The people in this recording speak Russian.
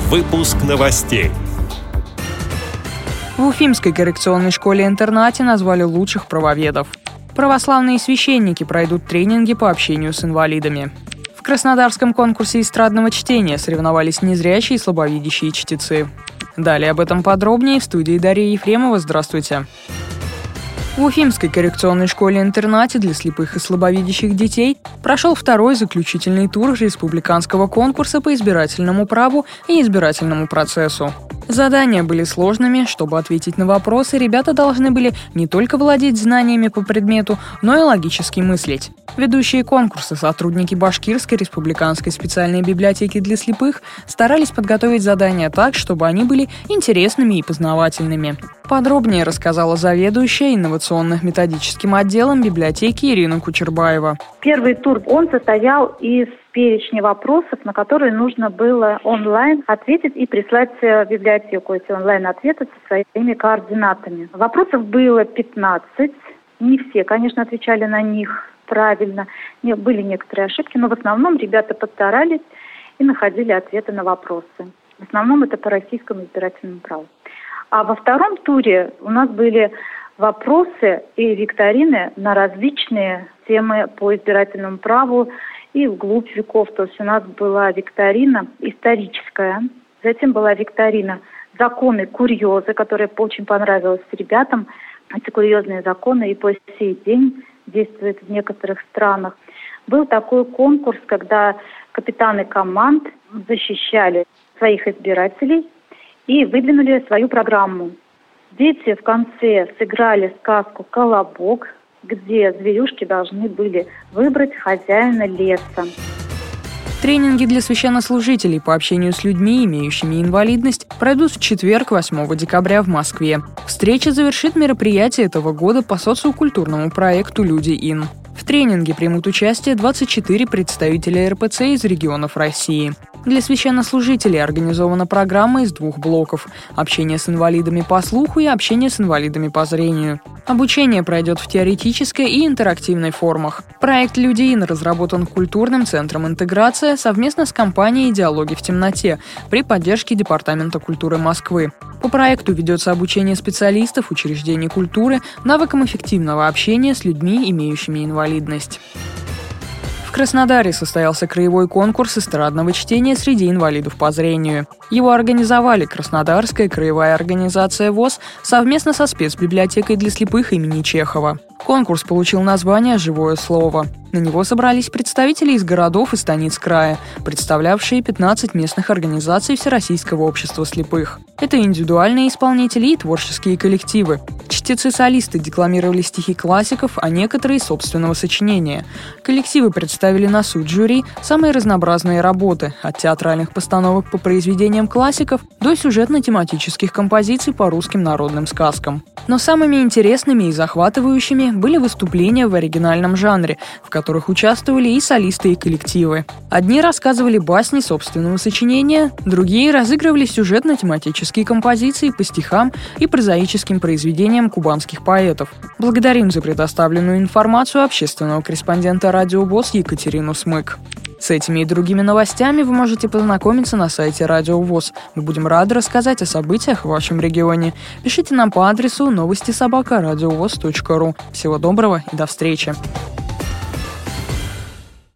Выпуск новостей. В Уфимской коррекционной школе-интернате назвали лучших правоведов. Православные священники пройдут тренинги по общению с инвалидами. В Краснодарском конкурсе эстрадного чтения соревновались незрячие и слабовидящие чтецы. Далее об этом подробнее в студии Дарья Ефремова. Здравствуйте. В Уфимской коррекционной школе-интернате для слепых и слабовидящих детей прошел второй заключительный тур республиканского конкурса по избирательному праву и избирательному процессу. Задания были сложными. Чтобы ответить на вопросы, ребята должны были не только владеть знаниями по предмету, но и логически мыслить. Ведущие конкурса, сотрудники Башкирской республиканской специальной библиотеки для слепых, старались подготовить задания так, чтобы они были интересными и познавательными. Подробнее рассказала заведующая инновационно-методическим отделом библиотеки Ирина Кучербаева. Первый тур, он состоял из перечня вопросов, на которые нужно было онлайн ответить и прислать в библиотеку эти онлайн-ответы со своими координатами. Вопросов было 15. Не все, конечно, отвечали на них правильно. Были некоторые ошибки, но в основном ребята постарались и находили ответы на вопросы. В основном это по российскому избирательному праву. А во втором туре у нас были вопросы и викторины на различные темы по избирательному праву и вглубь веков. То есть у нас была викторина историческая, затем была викторина законы, курьезы, которая очень понравилась ребятам. Эти курьезные законы и по сей день действуют в некоторых странах. Был такой конкурс, когда капитаны команд защищали своих избирателей и выдвинули свою программу. Дети в конце сыграли сказку «Колобок», где зверюшки должны были выбрать хозяина леса. Тренинги для священнослужителей по общению с людьми, имеющими инвалидность, пройдут в четверг, 8 декабря в Москве. Встреча завершит мероприятие этого года по социокультурному проекту «Люди ин». В тренинге примут участие 24 представителя РПЦ из регионов России. Для священнослужителей организована программа из 2 блоков – общение с инвалидами по слуху и общение с инвалидами по зрению. Обучение пройдет в теоретической и интерактивной формах. Проект «Люди ин» разработан Культурным центром «Интеграция» совместно с компанией «Диалоги в темноте» при поддержке Департамента культуры Москвы. По проекту ведется обучение специалистов учреждений культуры навыкам эффективного общения с людьми, имеющими инвалидность. В Краснодаре состоялся краевой конкурс эстрадного чтения среди инвалидов по зрению. Его организовали Краснодарская краевая организация ВОС совместно со спецбиблиотекой для слепых имени Чехова. Конкурс получил название «Живое слово». На него собрались представители из городов и станиц края, представлявшие 15 местных организаций Всероссийского общества слепых. Это индивидуальные исполнители и творческие коллективы. Чтецы-солисты декламировали стихи классиков, а некоторые собственного сочинения. Коллективы представили на суд жюри самые разнообразные работы, от театральных постановок по произведениям классиков до сюжетно-тематических композиций по русским народным сказкам. Но самыми интересными и захватывающими были выступления в оригинальном жанре, в которых участвовали и солисты, и коллективы. Одни рассказывали басни собственного сочинения, другие разыгрывали сюжетно-тематические композиции по стихам и прозаическим произведениям кубанских поэтов. Благодарим за предоставленную информацию общественного корреспондента Радио ВОС Екатерину Смык. С этими и другими новостями вы можете познакомиться на сайте Радио ВОС. Мы будем рады рассказать о событиях в вашем регионе. Пишите нам по адресу новости@радиовос.ру. Всего доброго и до встречи!